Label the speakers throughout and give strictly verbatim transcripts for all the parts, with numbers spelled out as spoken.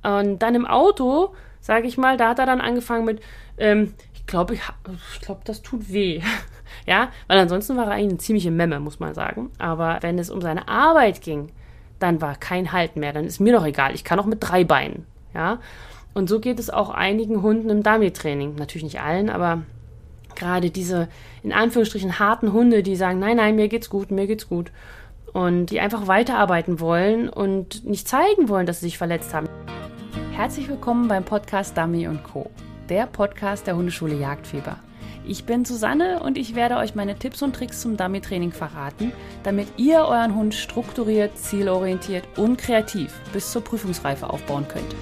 Speaker 1: Und dann im Auto, sage ich mal, da hat er dann angefangen mit, ähm, ich glaube, ich, ich glaub, das tut weh. Ja, weil ansonsten war er eigentlich eine ziemliche Memme, muss man sagen. Aber wenn es um seine Arbeit ging, dann war kein Halt mehr. Dann ist mir doch egal, ich kann auch mit drei Beinen. Ja, und so geht es auch einigen Hunden im Dummy-Training. Natürlich nicht allen, aber gerade diese in Anführungsstrichen harten Hunde, die sagen, nein, nein, mir geht's gut, mir geht's gut. Und die einfach weiterarbeiten wollen und nicht zeigen wollen, dass sie sich verletzt haben.
Speaker 2: Herzlich willkommen beim Podcast Dummy und Co., der Podcast der Hundeschule Jagdfieber. Ich bin Susanne und ich werde euch meine Tipps und Tricks zum Dummy-Training verraten, damit ihr euren Hund strukturiert, zielorientiert und kreativ bis zur Prüfungsreife aufbauen könnt.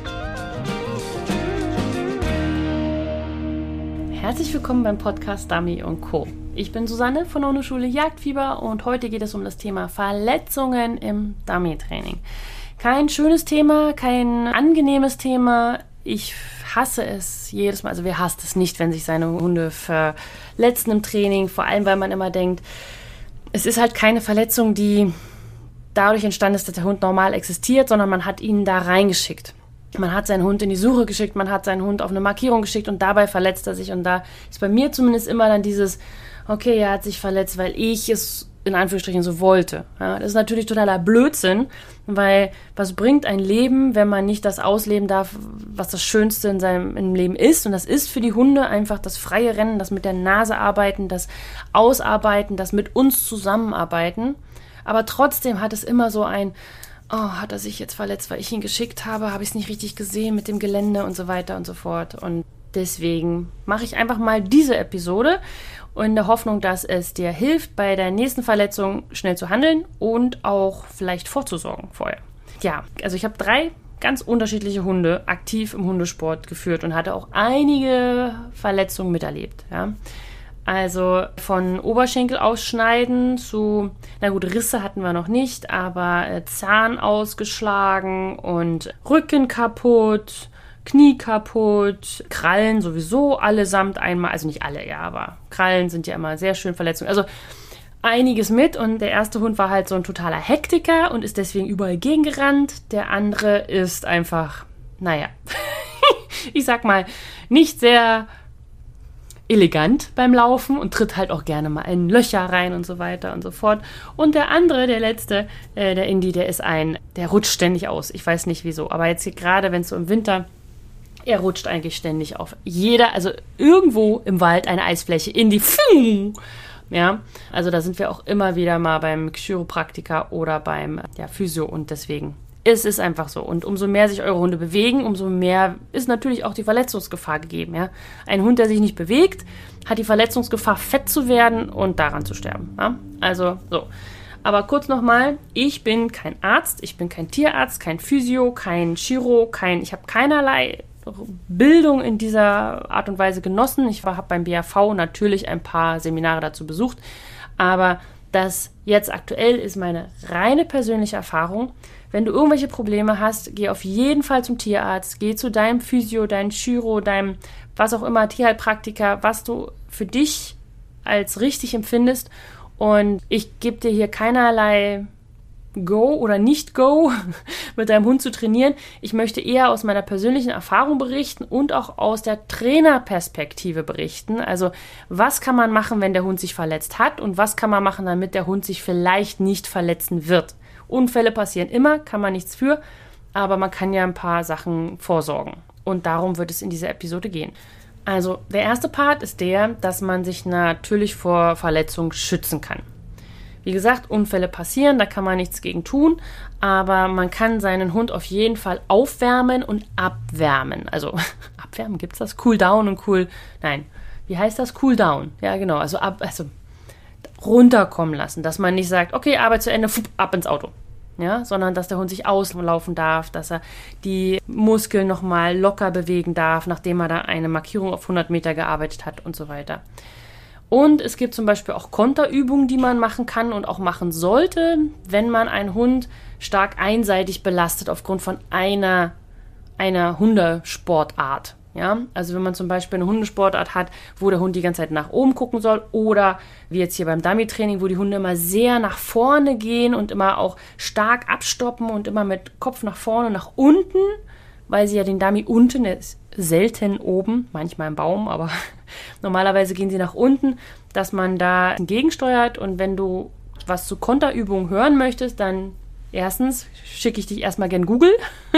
Speaker 2: Herzlich willkommen beim Podcast Dummy und Co. Ich bin Susanne von der Hundeschule Jagdfieber und heute geht es um das Thema Verletzungen im Dummy-Training. Kein schönes Thema, kein angenehmes Thema. Ich hasse es jedes Mal, also wer hasst es nicht, wenn sich seine Hunde verletzen im Training, vor allem, weil man immer denkt, es ist halt keine Verletzung, die dadurch entstanden ist, dass der Hund normal existiert, sondern man hat ihn da reingeschickt. Man hat seinen Hund in die Suche geschickt, man hat seinen Hund auf eine Markierung geschickt und dabei verletzt er sich. Und da ist bei mir zumindest immer dann dieses, okay, er hat sich verletzt, weil ich es in Anführungsstrichen so wollte. Ja, das ist natürlich totaler Blödsinn, weil was bringt ein Leben, wenn man nicht das ausleben darf, was das Schönste in seinem im Leben ist? Und das ist für die Hunde einfach das freie Rennen, das mit der Nase arbeiten, das Ausarbeiten, das mit uns zusammenarbeiten. Aber trotzdem hat es immer so ein, oh, hat er sich jetzt verletzt, weil ich ihn geschickt habe, habe ich es nicht richtig gesehen mit dem Gelände und so weiter und so fort. Und deswegen mache ich einfach mal diese Episode in der Hoffnung, dass es dir hilft, bei der nächsten Verletzung schnell zu handeln und auch vielleicht vorzusorgen vorher. Ja, also ich habe drei ganz unterschiedliche Hunde aktiv im Hundesport geführt und hatte auch einige Verletzungen miterlebt. Ja. Also von Oberschenkel ausschneiden zu, na gut, Risse hatten wir noch nicht, aber Zahn ausgeschlagen und Rücken kaputt, Knie kaputt, Krallen sowieso allesamt einmal, also nicht alle, ja, aber Krallen sind ja immer sehr schön Verletzungen. Also einiges mit und der erste Hund war halt so ein totaler Hektiker und ist deswegen überall gegengerannt. Der andere ist einfach, naja, ich sag mal, nicht sehr elegant beim Laufen und tritt halt auch gerne mal in Löcher rein und so weiter und so fort. Und der andere, der letzte, äh, der Indy, der ist ein, der rutscht ständig aus. Ich weiß nicht wieso, aber jetzt hier gerade, wenn es so im Winter, er rutscht eigentlich ständig auf jeder, also irgendwo im Wald eine Eisfläche in die Pfuh. Ja, also da sind wir auch immer wieder mal beim Chiropraktiker oder beim ja, Physio und deswegen es ist einfach so. Und umso mehr sich eure Hunde bewegen, umso mehr ist natürlich auch die Verletzungsgefahr gegeben. Ja? Ein Hund, der sich nicht bewegt, hat die Verletzungsgefahr, fett zu werden und daran zu sterben. Ja? Also so. Aber kurz nochmal, ich bin kein Arzt, ich bin kein Tierarzt, kein Physio, kein Chiro, kein, ich habe keinerlei Bildung in dieser Art und Weise genossen. Ich habe beim B A V natürlich ein paar Seminare dazu besucht, aber das jetzt aktuell ist meine reine persönliche Erfahrung. Wenn du irgendwelche Probleme hast, geh auf jeden Fall zum Tierarzt, geh zu deinem Physio, deinem Chiro, deinem was auch immer, Tierheilpraktiker, was du für dich als richtig empfindest. Und ich gebe dir hier keinerlei Go oder Nicht-Go mit deinem Hund zu trainieren. Ich möchte eher aus meiner persönlichen Erfahrung berichten und auch aus der Trainerperspektive berichten. Also was kann man machen, wenn der Hund sich verletzt hat und was kann man machen, damit der Hund sich vielleicht nicht verletzen wird. Unfälle passieren immer, kann man nichts für, aber man kann ja ein paar Sachen vorsorgen. Und darum wird es in dieser Episode gehen. Also der erste Part ist der, dass man sich natürlich vor Verletzungen schützen kann. Wie gesagt, Unfälle passieren, da kann man nichts gegen tun, aber man kann seinen Hund auf jeden Fall aufwärmen und abwärmen. Also abwärmen, gibt es das? Cool down und cool, nein, wie heißt das? Cool down, ja genau, also, ab, also runterkommen lassen, dass man nicht sagt, okay, Arbeit zu Ende, fupp, ab ins Auto. Ja, sondern dass der Hund sich auslaufen darf, dass er die Muskeln nochmal locker bewegen darf, nachdem er da eine Markierung auf hundert Meter gearbeitet hat und so weiter. Und es gibt zum Beispiel auch Konterübungen, die man machen kann und auch machen sollte, wenn man einen Hund stark einseitig belastet aufgrund von einer, einer Hundesportart. Ja, also wenn man zum Beispiel eine Hundesportart hat, wo der Hund die ganze Zeit nach oben gucken soll oder wie jetzt hier beim Dummy-Training, wo die Hunde immer sehr nach vorne gehen und immer auch stark abstoppen und immer mit Kopf nach vorne, nach unten weil sie ja den Dummy unten ist, selten oben, manchmal im Baum, aber normalerweise gehen sie nach unten, dass man da gegensteuert. Und wenn du was zu Konterübungen hören möchtest, dann erstens schicke ich dich erstmal gern Google,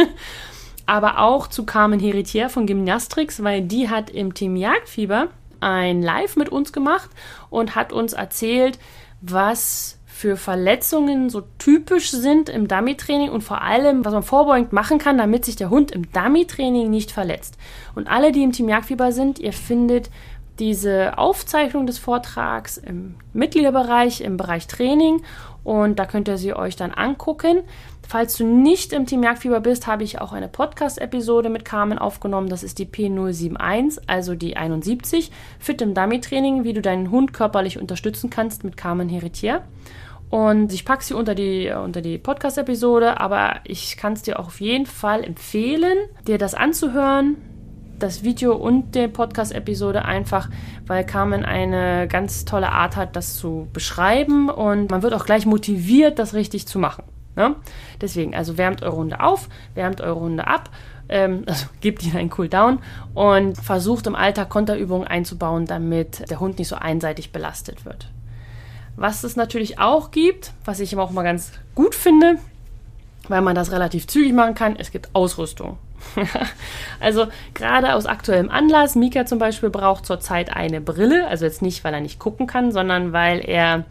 Speaker 2: aber auch zu Carmen Heritier von Gymnastrix, weil die hat im Team Jagdfieber ein Live mit uns gemacht und hat uns erzählt, was für Verletzungen so typisch sind im Dummy-Training und vor allem, was man vorbeugend machen kann, damit sich der Hund im Dummy-Training nicht verletzt. Und alle, die im Team Jagdfieber sind, ihr findet diese Aufzeichnung des Vortrags im Mitgliederbereich, im Bereich Training, und da könnt ihr sie euch dann angucken. Falls du nicht im Team Jagdfieber bist, habe ich auch eine Podcast-Episode mit Carmen aufgenommen. Das ist die P null sieben eins, also die einundsiebzig, Fit im Dummy-Training, wie du deinen Hund körperlich unterstützen kannst mit Carmen Heritier. Und ich packe sie unter die, unter die Podcast-Episode, aber ich kann es dir auch auf jeden Fall empfehlen, dir das anzuhören, das Video und die Podcast-Episode, einfach, weil Carmen eine ganz tolle Art hat, das zu beschreiben, und man wird auch gleich motiviert, das richtig zu machen. Ne? Deswegen, also wärmt eure Hunde auf, wärmt eure Hunde ab, ähm, also gebt ihnen einen Cooldown und versucht im Alltag Konterübungen einzubauen, damit der Hund nicht so einseitig belastet wird. Was es natürlich auch gibt, was ich auch mal ganz gut finde, weil man das relativ zügig machen kann, es gibt Ausrüstung. Also gerade aus aktuellem Anlass, Mika zum Beispiel braucht zurzeit eine Brille, also jetzt nicht, weil er nicht gucken kann, sondern weil er,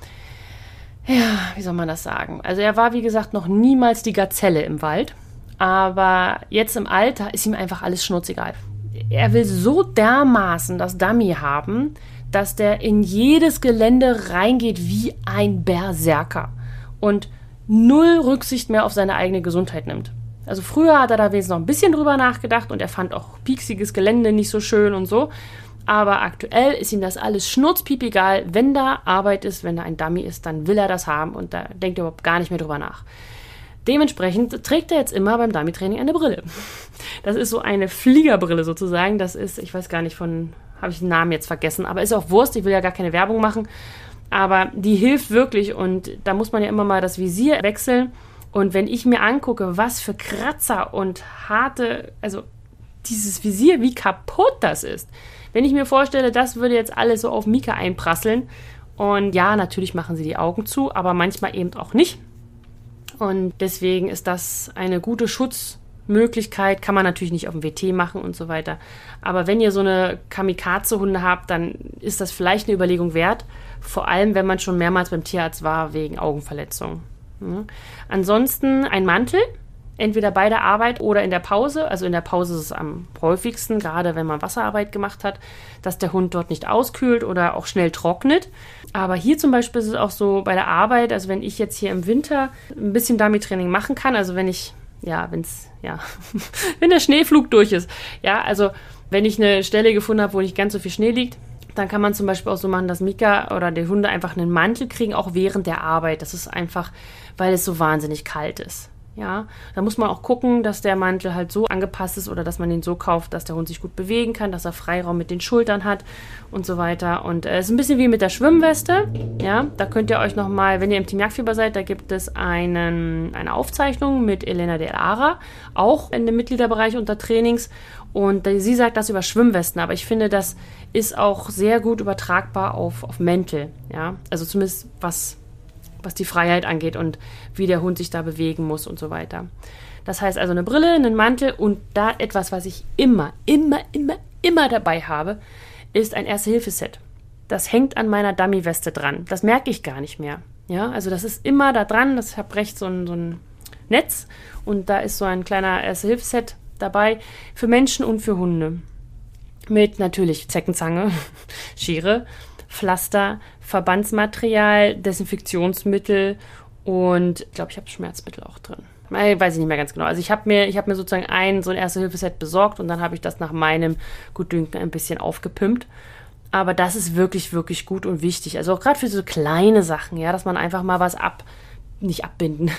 Speaker 2: ja, wie soll man das sagen? Also er war, wie gesagt, noch niemals die Gazelle im Wald, aber jetzt im Alter ist ihm einfach alles schnurzegal. Er will so dermaßen das Dummy haben, dass der in jedes Gelände reingeht wie ein Berserker und null Rücksicht mehr auf seine eigene Gesundheit nimmt. Also früher hat er da wenigstens noch ein bisschen drüber nachgedacht und er fand auch pieksiges Gelände nicht so schön und so. Aber aktuell ist ihm das alles schnurzpiep egal. Wenn da Arbeit ist, wenn da ein Dummy ist, dann will er das haben und da denkt er überhaupt gar nicht mehr drüber nach. Dementsprechend trägt er jetzt immer beim Dummy-Training eine Brille. Das ist so eine Fliegerbrille sozusagen. Das ist, ich weiß gar nicht von, habe ich den Namen jetzt vergessen, aber ist auch Wurst, ich will ja gar keine Werbung machen. Aber die hilft wirklich und da muss man ja immer mal das Visier wechseln. Und wenn ich mir angucke, was für Kratzer und harte, also dieses Visier, wie kaputt das ist. Wenn ich mir vorstelle, das würde jetzt alles so auf Mika einprasseln. Und ja, natürlich machen sie die Augen zu, aber manchmal eben auch nicht. Und deswegen ist das eine gute Schutzmöglichkeit. Kann man natürlich nicht auf dem W T machen und so weiter. Aber wenn ihr so eine Kamikaze-Hunde habt, dann ist das vielleicht eine Überlegung wert. Vor allem, wenn man schon mehrmals beim Tierarzt war wegen Augenverletzungen. Ja. Ansonsten ein Mantel, entweder bei der Arbeit oder in der Pause. Also in der Pause ist es am häufigsten, gerade wenn man Wasserarbeit gemacht hat, dass der Hund dort nicht auskühlt oder auch schnell trocknet. Aber hier zum Beispiel ist es auch so bei der Arbeit, also wenn ich jetzt hier im Winter ein bisschen Dummy-Training machen kann, also wenn ich, ja, wenn es, ja, wenn der Schneeflug durch ist, ja, also wenn ich eine Stelle gefunden habe, wo nicht ganz so viel Schnee liegt, dann kann man zum Beispiel auch so machen, dass Mika oder die Hunde einfach einen Mantel kriegen, auch während der Arbeit. Das ist einfach, weil es so wahnsinnig kalt ist. Ja, da muss man auch gucken, dass der Mantel halt so angepasst ist oder dass man ihn so kauft, dass der Hund sich gut bewegen kann, dass er Freiraum mit den Schultern hat und so weiter. Und es äh, ist ein bisschen wie mit der Schwimmweste. Ja, da könnt ihr euch nochmal, wenn ihr im Team Jagdfieber seid, da gibt es einen, eine Aufzeichnung mit Elena de Ara, auch in dem Mitgliederbereich unter Trainings. Und sie sagt das über Schwimmwesten, aber ich finde, das ist auch sehr gut übertragbar auf, auf Mäntel. Ja, also zumindest was was die Freiheit angeht und wie der Hund sich da bewegen muss und so weiter. Das heißt also eine Brille, einen Mantel und da etwas, was ich immer, immer, immer, immer dabei habe, ist ein Erste-Hilfe-Set. Das hängt an meiner Dummy-Weste dran. Das merke ich gar nicht mehr. Ja, also das ist immer da dran. Ich habe rechts so ein, so ein Netz und da ist so ein kleiner Erste-Hilfe-Set dabei für Menschen und für Hunde. Mit natürlich Zeckenzange, Schere, Pflaster, Verbandsmaterial, Desinfektionsmittel und ich glaube, ich habe Schmerzmittel auch drin. Weiß ich nicht mehr ganz genau. Also ich habe mir, ich habe mir sozusagen ein so ein Erste-Hilfe-Set besorgt und dann habe ich das nach meinem Gutdünken ein bisschen aufgepimpt. Aber das ist wirklich, wirklich gut und wichtig. Also auch gerade für so kleine Sachen, ja, dass man einfach mal was ab, nicht abbinden.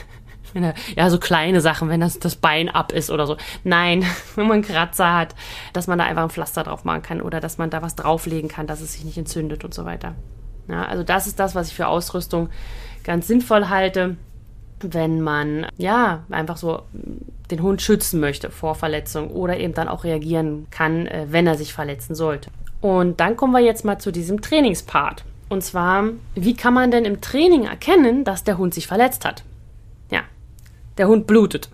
Speaker 2: Ja, so kleine Sachen, wenn das, das Bein ab ist oder so. Nein, wenn man einen Kratzer hat, dass man da einfach ein Pflaster drauf machen kann oder dass man da was drauflegen kann, dass es sich nicht entzündet und so weiter. Ja, also das ist das, was ich für Ausrüstung ganz sinnvoll halte.
Speaker 1: wenn man, ja, einfach so den Hund schützen möchte vor Verletzung oder eben dann auch reagieren kann, wenn er sich verletzen sollte. Und dann kommen wir jetzt mal zu diesem Trainingspart. Und zwar, wie kann man denn im Training erkennen, dass der Hund sich verletzt hat? Ja, der Hund blutet.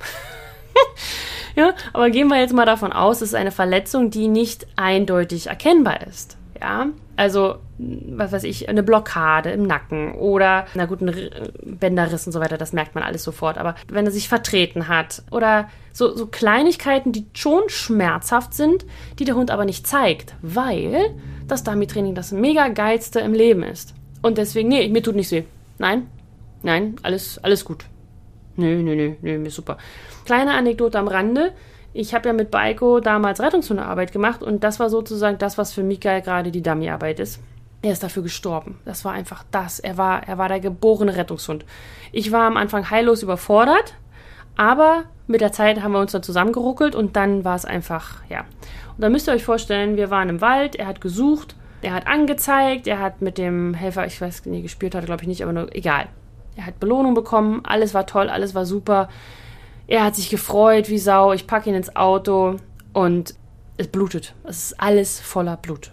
Speaker 1: Ja, aber gehen wir jetzt mal davon aus, es ist eine Verletzung, die nicht eindeutig erkennbar ist. Ja, also, was weiß ich, eine Blockade im Nacken oder, na gut, ein Bänderriss und so weiter, das merkt man alles sofort. Aber wenn er sich vertreten hat oder so, so Kleinigkeiten, die schon schmerzhaft sind, die der Hund aber nicht zeigt, weil das Dummy-Training das mega geilste im Leben ist. Und deswegen, nee, mir tut nichts weh. Nein, nein, alles, alles gut. Nö, nö, nö, nö, mir ist super. Kleine Anekdote am Rande. Ich habe ja mit Baiko damals Rettungshundearbeit gemacht und das war sozusagen das, was für Mikael gerade die Dummyarbeit ist. Er ist dafür gestorben. Das war einfach das. Er war, er war der geborene Rettungshund. Ich war am Anfang heillos überfordert, aber mit der Zeit haben wir uns dann zusammengeruckelt und dann war es einfach, ja. Und dann müsst ihr euch vorstellen, wir waren im Wald, er hat gesucht, er hat angezeigt, er hat mit dem Helfer, ich weiß nicht, gespielt hat, glaube ich nicht, aber nur, egal. Er hat Belohnung bekommen, alles war toll, alles war super. Er hat sich gefreut wie Sau, ich packe ihn ins Auto und es blutet. Es ist alles voller Blut.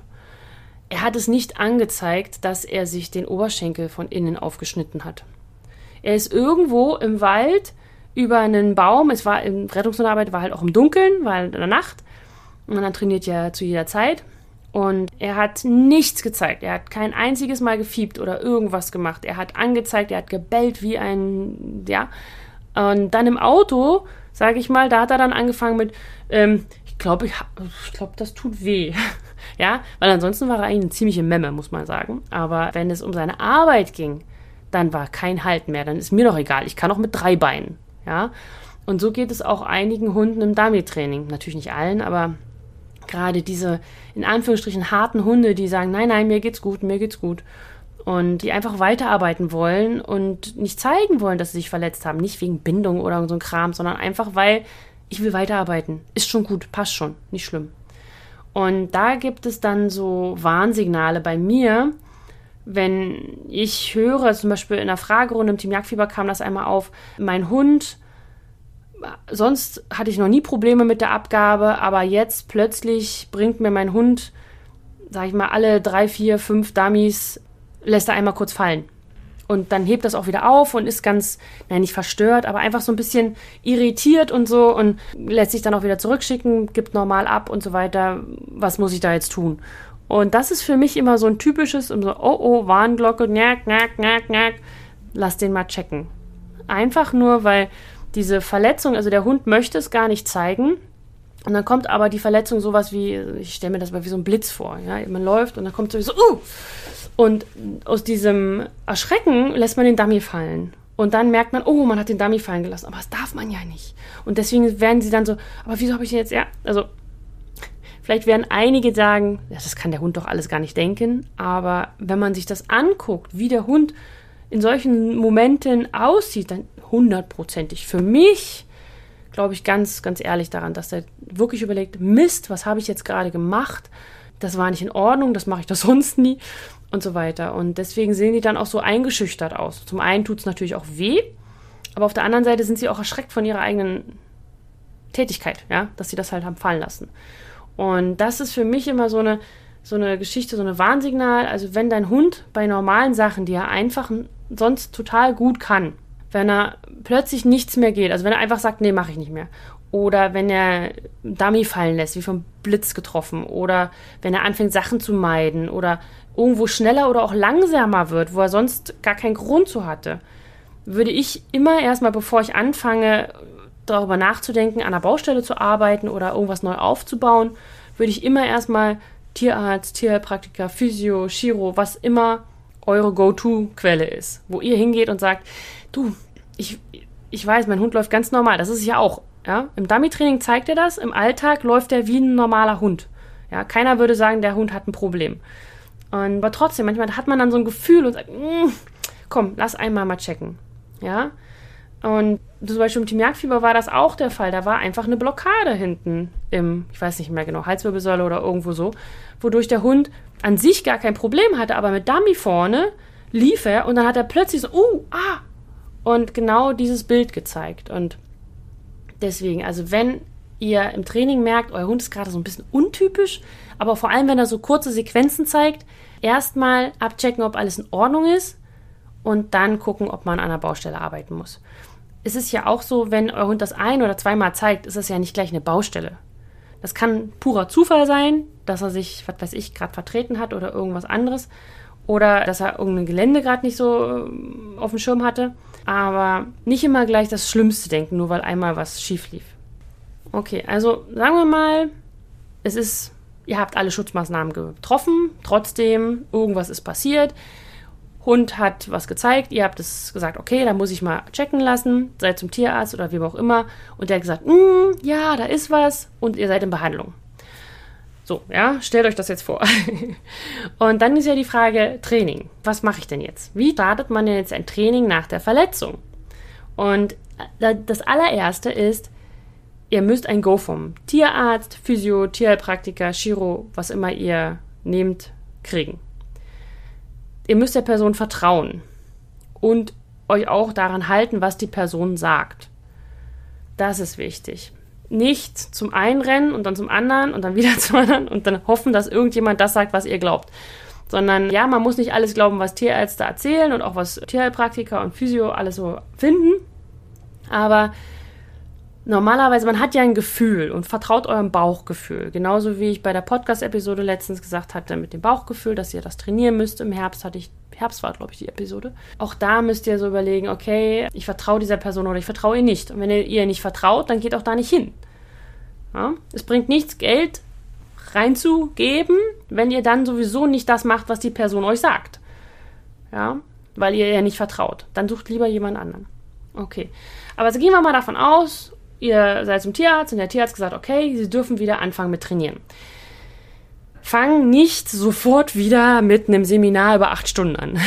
Speaker 1: Er hat es nicht angezeigt, dass er sich den Oberschenkel von innen aufgeschnitten hat. Er ist irgendwo im Wald über einen Baum, es war in Rettungshundearbeit, war halt auch im Dunkeln, war halt in der Nacht und man trainiert ja zu jeder Zeit. Und er hat nichts gezeigt. Er hat kein einziges Mal gefiebt oder irgendwas gemacht. Er hat angezeigt, er hat gebellt wie ein, ja. Und dann im Auto, sage ich mal, da hat er dann angefangen mit, ähm, ich glaube, ich, ich glaub, das tut weh. Ja, weil ansonsten war er eigentlich eine ziemliche Memme, muss man sagen. Aber wenn es um seine Arbeit ging, dann war kein Halt mehr. Dann ist mir doch egal. Ich kann auch mit drei Beinen. Ja, und so geht es auch einigen Hunden im Dummy-Training. Natürlich nicht allen, aber gerade diese, in Anführungsstrichen, harten Hunde, die sagen, nein, nein, mir geht's gut, mir geht's gut. Und die einfach weiterarbeiten wollen und nicht zeigen wollen, dass sie sich verletzt haben. Nicht wegen Bindung oder so ein Kram, sondern einfach, weil ich will weiterarbeiten. Ist schon gut, passt schon, nicht schlimm. Und da gibt es dann so Warnsignale bei mir, wenn ich höre, zum Beispiel in der Fragerunde im Team Jagdfieber kam das einmal auf, mein Hund, sonst hatte ich noch nie Probleme mit der Abgabe, aber jetzt plötzlich bringt mir mein Hund, sag ich mal, alle drei, vier, fünf Dummies, lässt er einmal kurz fallen. Und dann hebt das auch wieder auf und ist ganz, nein, nicht verstört, aber einfach so ein bisschen irritiert und so und lässt sich dann auch wieder zurückschicken, gibt normal ab und so weiter. Was muss ich da jetzt tun? Und das ist für mich immer so ein typisches, so, oh, oh, Warnglocke, knack, knack, knack, knack, lass den mal checken. Einfach nur, weil diese Verletzung, also der Hund möchte es gar nicht zeigen. Und dann kommt aber die Verletzung sowas wie, ich stelle mir das mal wie so ein Blitz vor. Ja? Man läuft und dann kommt sowieso, uh! Und aus diesem Erschrecken lässt man den Dummy fallen. Und dann merkt man, oh, man hat den Dummy fallen gelassen. Aber das darf man ja nicht. Und deswegen werden sie dann so, aber wieso habe ich den jetzt, ja, also vielleicht werden einige sagen, ja, das kann der Hund doch alles gar nicht denken. Aber wenn man sich das anguckt, wie der Hund in solchen Momenten aussieht, dann hundertprozentig. Für mich glaube ich ganz, ganz ehrlich daran, dass der wirklich überlegt, Mist, was habe ich jetzt gerade gemacht? Das war nicht in Ordnung, das mache ich doch sonst nie und so weiter. Und deswegen sehen die dann auch so eingeschüchtert aus. Zum einen tut es natürlich auch weh, aber auf der anderen Seite sind sie auch erschreckt von ihrer eigenen Tätigkeit, ja, dass sie das halt haben fallen lassen. Und das ist für mich immer so eine, so eine Geschichte, so ein Warnsignal. Also wenn dein Hund bei normalen Sachen, die er einfach sonst total gut kann, wenn er plötzlich nichts mehr geht, also wenn er einfach sagt, nee, mache ich nicht mehr, oder wenn er Dummy fallen lässt, wie vom Blitz getroffen, oder wenn er anfängt, Sachen zu meiden oder irgendwo schneller oder auch langsamer wird, wo er sonst gar keinen Grund zu hatte, würde ich immer erstmal, bevor ich anfange, darüber nachzudenken, an der Baustelle zu arbeiten oder irgendwas neu aufzubauen, würde ich immer erstmal Tierarzt, Tierheilpraktiker, Physio, Chiro, was immer eure Go-To-Quelle ist, wo ihr hingeht und sagt, du, ich, ich weiß, mein Hund läuft ganz normal, das ist es ja auch. Ja? Im Dummy-Training zeigt er das, im Alltag läuft er wie ein normaler Hund. Ja? Keiner würde sagen, der Hund hat ein Problem. Und, aber trotzdem, manchmal hat man dann so ein Gefühl und sagt, komm, lass einmal mal checken. Ja? Und zum Beispiel im Team Jagdfieber war das auch der Fall. Da war einfach eine Blockade hinten im, ich weiß nicht mehr genau, Halswirbelsäule oder irgendwo so, wodurch der Hund an sich gar kein Problem hatte, aber mit Dummy vorne lief er und dann hat er plötzlich so, uh, ah, und genau dieses Bild gezeigt. Und deswegen, also wenn ihr im Training merkt, euer Hund ist gerade so ein bisschen untypisch, aber vor allem, wenn er so kurze Sequenzen zeigt, erstmal abchecken, ob alles in Ordnung ist und dann gucken, ob man an der Baustelle arbeiten muss. Es ist ja auch so, wenn euer Hund das ein- oder zweimal zeigt, ist das ja nicht gleich eine Baustelle. Das kann purer Zufall sein, dass er sich, was weiß ich, gerade vertreten hat oder irgendwas anderes oder dass er irgendein Gelände gerade nicht so auf dem Schirm hatte. Aber nicht immer gleich das Schlimmste denken, nur weil einmal was schief lief. Okay, also sagen wir mal, es ist, ihr habt alle Schutzmaßnahmen getroffen, trotzdem irgendwas ist passiert. Hund hat was gezeigt, ihr habt es gesagt, okay, da muss ich mal checken lassen, seid zum Tierarzt oder wie auch immer. Und der hat gesagt, mm, ja, da ist was und ihr seid in Behandlung. So, ja, stellt euch das jetzt vor. Und dann ist ja die Frage, Training. Was mache ich denn jetzt? Wie startet man denn jetzt ein Training nach der Verletzung? Und das allererste ist, ihr müsst ein Go vom Tierarzt, Physio, Tierheilpraktiker, Chiro, was immer ihr nehmt, kriegen. Ihr müsst der Person vertrauen und euch auch daran halten, was die Person sagt. Das ist wichtig. Nicht zum einen rennen und dann zum anderen und dann wieder zum anderen und dann hoffen, dass irgendjemand das sagt, was ihr glaubt. Sondern ja, man muss nicht alles glauben, was Tierärzte erzählen und auch was Tierheilpraktiker und Physio alles so finden. Aber normalerweise, man hat ja ein Gefühl und vertraut eurem Bauchgefühl. Genauso wie ich bei der Podcast-Episode letztens gesagt hatte mit dem Bauchgefühl, dass ihr das trainieren müsst. Im Herbst hatte ich, Herbst war, glaube ich, die Episode. Auch da müsst ihr so überlegen, okay, ich vertraue dieser Person oder ich vertraue ihr nicht. Und wenn ihr ihr nicht vertraut, dann geht auch da nicht hin. Ja? Es bringt nichts, Geld reinzugeben, wenn ihr dann sowieso nicht das macht, was die Person euch sagt. Ja? Weil ihr ihr nicht vertraut. Dann sucht lieber jemand anderen. Okay. Aber also gehen wir mal davon aus, ihr seid zum Tierarzt und der Tierarzt gesagt, okay, Sie dürfen wieder anfangen mit Trainieren. Fang nicht sofort wieder mit einem Seminar über acht Stunden an.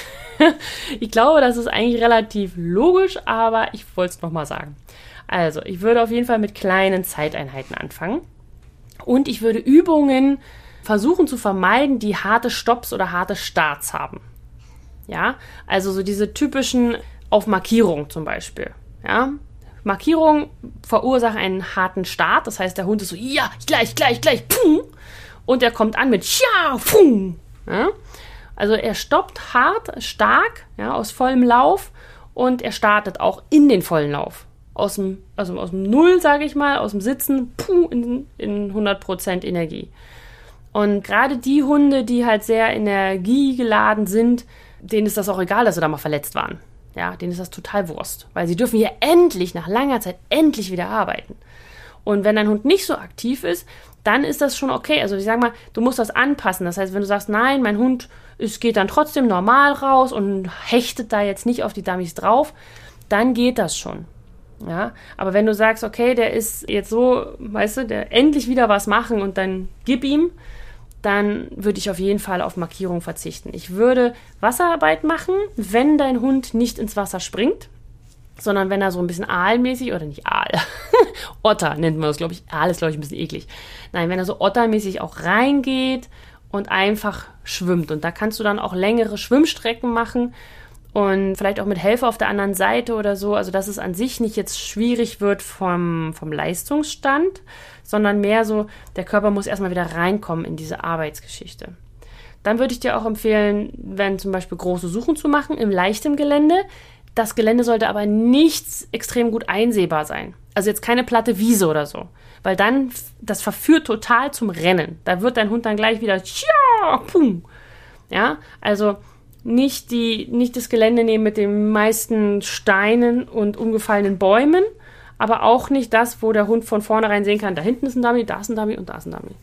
Speaker 1: Ich glaube, das ist eigentlich relativ logisch, aber ich wollte es nochmal sagen. Also, ich würde auf jeden Fall mit kleinen Zeiteinheiten anfangen und ich würde Übungen versuchen zu vermeiden, die harte Stopps oder harte Starts haben. Ja, also so diese typischen auf Markierung zum Beispiel. Ja, Markierung verursacht einen harten Start, das heißt, der Hund ist so, ja, gleich, gleich, gleich, pum, und er kommt an mit, ja, pum. Ja? Also er stoppt hart, stark, ja, aus vollem Lauf und er startet auch in den vollen Lauf. Aus dem, also aus dem Null, sage ich mal, aus dem Sitzen, pum, in, in hundert Prozent Energie. Und gerade die Hunde, die halt sehr energiegeladen sind, denen ist das auch egal, dass sie da mal verletzt waren. Ja, denen ist das total Wurst, weil sie dürfen hier endlich, nach langer Zeit, endlich wieder arbeiten. Und wenn dein Hund nicht so aktiv ist, dann ist das schon okay. Also ich sage mal, du musst das anpassen. Das heißt, wenn du sagst, nein, mein Hund es geht dann trotzdem normal raus und hechtet da jetzt nicht auf die Dummies drauf, dann geht das schon. Ja, aber wenn du sagst, okay, der ist jetzt so, weißt du, der endlich wieder was machen und dann gib ihm, dann würde ich auf jeden Fall auf Markierung verzichten. Ich würde Wasserarbeit machen, wenn dein Hund nicht ins Wasser springt, sondern wenn er so ein bisschen aalmäßig, oder nicht Aal, Otter nennt man das, glaube ich. Aal ist, glaube ich, ein bisschen eklig. Nein, wenn er so ottermäßig auch reingeht und einfach schwimmt. Und da kannst du dann auch längere Schwimmstrecken machen und vielleicht auch mit Helfer auf der anderen Seite oder so. Also dass es an sich nicht jetzt schwierig wird vom, vom Leistungsstand, sondern mehr so, der Körper muss erstmal wieder reinkommen in diese Arbeitsgeschichte. Dann würde ich dir auch empfehlen, wenn zum Beispiel große Suchen zu machen, im leichten Gelände. Das Gelände sollte aber nicht extrem gut einsehbar sein. Also jetzt keine platte Wiese oder so. Weil dann, das verführt total zum Rennen. Da wird dein Hund dann gleich wieder, tja, pum. Ja, also nicht, die, nicht das Gelände nehmen mit den meisten Steinen und umgefallenen Bäumen, aber auch nicht das, wo der Hund von vornherein sehen kann, da hinten ist ein Dummy, da ist ein Dummy und da ist ein Dummy.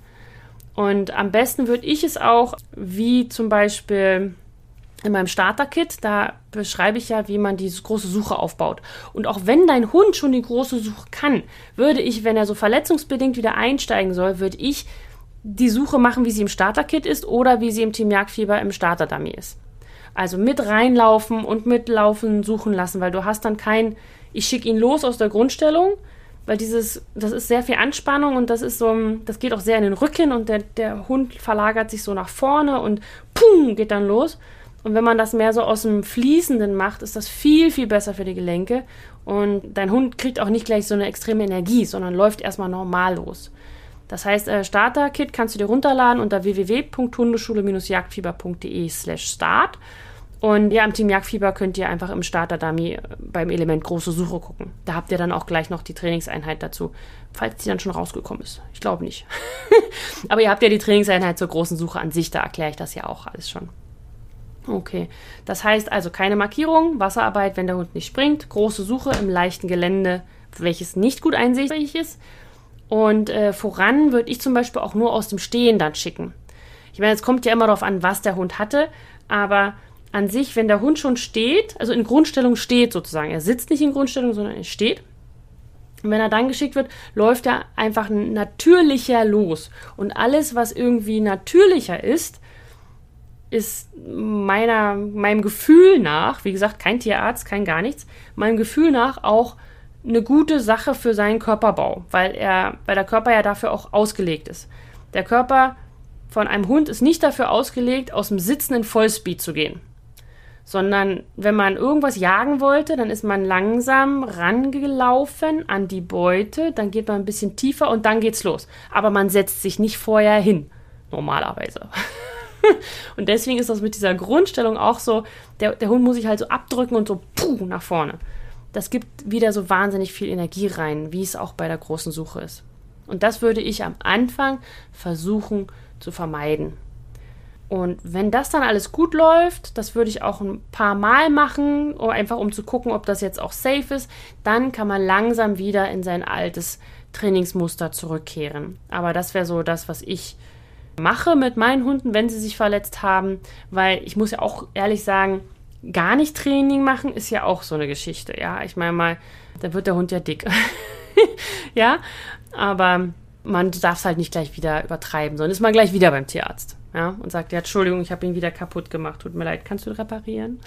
Speaker 1: Und am besten würde ich es auch, wie zum Beispiel in meinem Starter-Kit, da beschreibe ich ja, wie man diese große Suche aufbaut. Und auch wenn dein Hund schon die große Suche kann, würde ich, wenn er so verletzungsbedingt wieder einsteigen soll, würde ich die Suche machen, wie sie im Starter-Kit ist oder wie sie im Team Jagdfieber im Starter-Dummy ist. Also mit reinlaufen und mitlaufen, suchen lassen, weil du hast dann kein, ich schicke ihn los aus der Grundstellung, weil dieses, das ist sehr viel Anspannung und das ist so, das geht auch sehr in den Rücken und der, der Hund verlagert sich so nach vorne und pum, geht dann los. Und wenn man das mehr so aus dem Fließenden macht, ist das viel, viel besser für die Gelenke. Und dein Hund kriegt auch nicht gleich so eine extreme Energie, sondern läuft erstmal normal los. Das heißt, äh, Starter-Kit kannst du dir runterladen unter w w w punkt hundeschule Bindestrich jagdfieber punkt d e slash start. Und ja, im Team Jagdfieber könnt ihr einfach im Starter-Dummy beim Element große Suche gucken. Da habt ihr dann auch gleich noch die Trainingseinheit dazu, falls die dann schon rausgekommen ist. Ich glaube nicht. Aber ihr habt ja die Trainingseinheit zur großen Suche an sich, da erkläre ich das ja auch alles schon. Okay, das heißt also keine Markierung, Wasserarbeit, wenn der Hund nicht springt, große Suche im leichten Gelände, welches nicht gut einsichtig ist. Und äh, voran würde ich zum Beispiel auch nur aus dem Stehen dann schicken. Ich meine, es kommt ja immer darauf an, was der Hund hatte, aber an sich, wenn der Hund schon steht, also in Grundstellung steht sozusagen, er sitzt nicht in Grundstellung, sondern er steht. Und wenn er dann geschickt wird, läuft er einfach natürlicher los. Und alles, was irgendwie natürlicher ist, ist meiner, meinem Gefühl nach, wie gesagt, kein Tierarzt, kein gar nichts, meinem Gefühl nach auch eine gute Sache für seinen Körperbau, weil er, weil der Körper ja dafür auch ausgelegt ist. Der Körper von einem Hund ist nicht dafür ausgelegt, aus dem Sitzen in Vollspeed zu gehen, sondern wenn man irgendwas jagen wollte, dann ist man langsam rangelaufen an die Beute, dann geht man ein bisschen tiefer und dann geht's los. Aber man setzt sich nicht vorher hin, normalerweise. Und deswegen ist das mit dieser Grundstellung auch so, der, der Hund muss sich halt so abdrücken und so puh, nach vorne. Das gibt wieder so wahnsinnig viel Energie rein, wie es auch bei der großen Suche ist. Und das würde ich am Anfang versuchen zu vermeiden. Und wenn das dann alles gut läuft, das würde ich auch ein paar Mal machen, um, einfach um zu gucken, ob das jetzt auch safe ist, dann kann man langsam wieder in sein altes Trainingsmuster zurückkehren. Aber das wäre so das, was ich mache mit meinen Hunden, wenn sie sich verletzt haben, weil ich muss ja auch ehrlich sagen, gar nicht Training machen ist ja auch so eine Geschichte, ja, ich meine mal, da wird der Hund ja dick, ja, aber man darf es halt nicht gleich wieder übertreiben, sondern ist man gleich wieder beim Tierarzt, ja, und sagt, ja, Entschuldigung, ich habe ihn wieder kaputt gemacht, tut mir leid, kannst du ihn reparieren?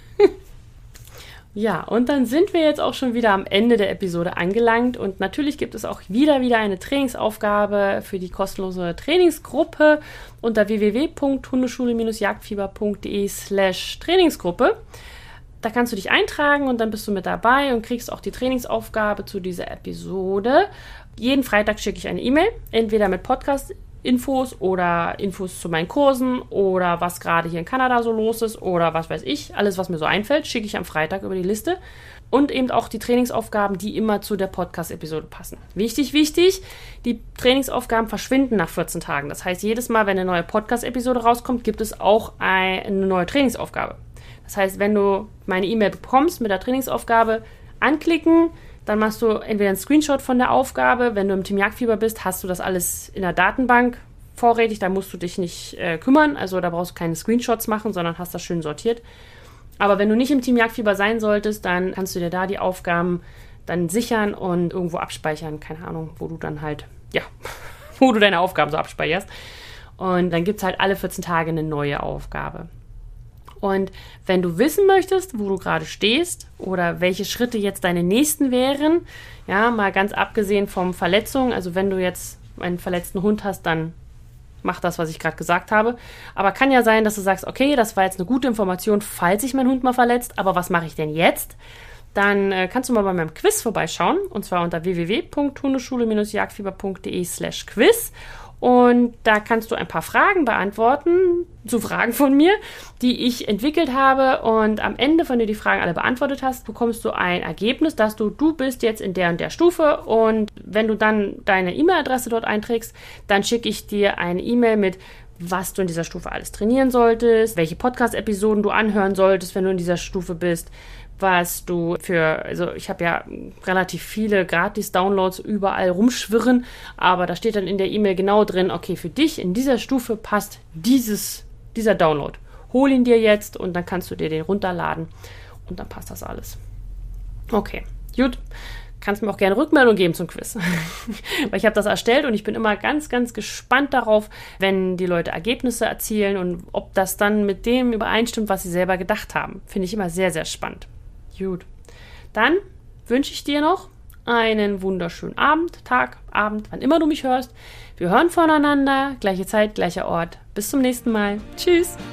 Speaker 1: Ja, und dann sind wir jetzt auch schon wieder am Ende der Episode angelangt und natürlich gibt es auch wieder wieder eine Trainingsaufgabe für die kostenlose Trainingsgruppe unter w w w punkt hundeschule Bindestrich jagdfieber punkt d e slash Trainingsgruppe. Da kannst du dich eintragen und dann bist du mit dabei und kriegst auch die Trainingsaufgabe zu dieser Episode. Jeden Freitag schicke ich eine E-Mail, entweder mit Podcast Infos oder Infos zu meinen Kursen oder was gerade hier in Kanada so los ist oder was weiß ich. Alles, was mir so einfällt, schicke ich am Freitag über die Liste. Und eben auch die Trainingsaufgaben, die immer zu der Podcast-Episode passen. Wichtig, wichtig, die Trainingsaufgaben verschwinden nach vierzehn Tagen. Das heißt, jedes Mal, wenn eine neue Podcast-Episode rauskommt, gibt es auch eine neue Trainingsaufgabe. Das heißt, wenn du meine E-Mail bekommst mit der Trainingsaufgabe, anklicken, dann machst du entweder einen Screenshot von der Aufgabe. Wenn du im Team Jagdfieber bist, hast du das alles in der Datenbank vorrätig. Da musst du dich nicht äh, kümmern. Also da brauchst du keine Screenshots machen, sondern hast das schön sortiert. Aber wenn du nicht im Team Jagdfieber sein solltest, dann kannst du dir da die Aufgaben dann sichern und irgendwo abspeichern. Keine Ahnung, wo du dann halt, ja, wo du deine Aufgaben so abspeicherst. Und dann gibt es halt alle vierzehn Tage eine neue Aufgabe. Und wenn du wissen möchtest, wo du gerade stehst oder welche Schritte jetzt deine nächsten wären, ja, mal ganz abgesehen vom Verletzungen, also wenn du jetzt einen verletzten Hund hast, dann mach das, was ich gerade gesagt habe. Aber kann ja sein, dass du sagst, okay, das war jetzt eine gute Information, falls sich mein Hund mal verletzt, aber was mache ich denn jetzt? Dann äh, kannst du mal bei meinem Quiz vorbeischauen, und zwar unter w w w punkt hundeschule Bindestrich jagdfieber punkt d e slash quiz. Und da kannst du ein paar Fragen beantworten, zu Fragen von mir, die ich entwickelt habe. Und am Ende, wenn du die Fragen alle beantwortet hast, bekommst du ein Ergebnis, dass du, du bist jetzt in der und der Stufe. Und wenn du dann deine E-Mail-Adresse dort einträgst, dann schicke ich dir eine E-Mail mit, was du in dieser Stufe alles trainieren solltest, welche Podcast-Episoden du anhören solltest, wenn du in dieser Stufe bist, was du für, also ich habe ja relativ viele Gratis-Downloads überall rumschwirren, aber da steht dann in der E-Mail genau drin, okay, für dich in dieser Stufe passt dieses, dieser Download. Hol ihn dir jetzt und dann kannst du dir den runterladen und dann passt das alles. Okay, gut. Kannst mir auch gerne Rückmeldung geben zum Quiz. Weil ich habe das erstellt und ich bin immer ganz, ganz gespannt darauf, wenn die Leute Ergebnisse erzielen und ob das dann mit dem übereinstimmt, was sie selber gedacht haben. Finde ich immer sehr, sehr spannend. Gut. Dann wünsche ich dir noch einen wunderschönen Abend, Tag, Abend, wann immer du mich hörst. Wir hören voneinander, gleiche Zeit, gleicher Ort. Bis zum nächsten Mal. Tschüss.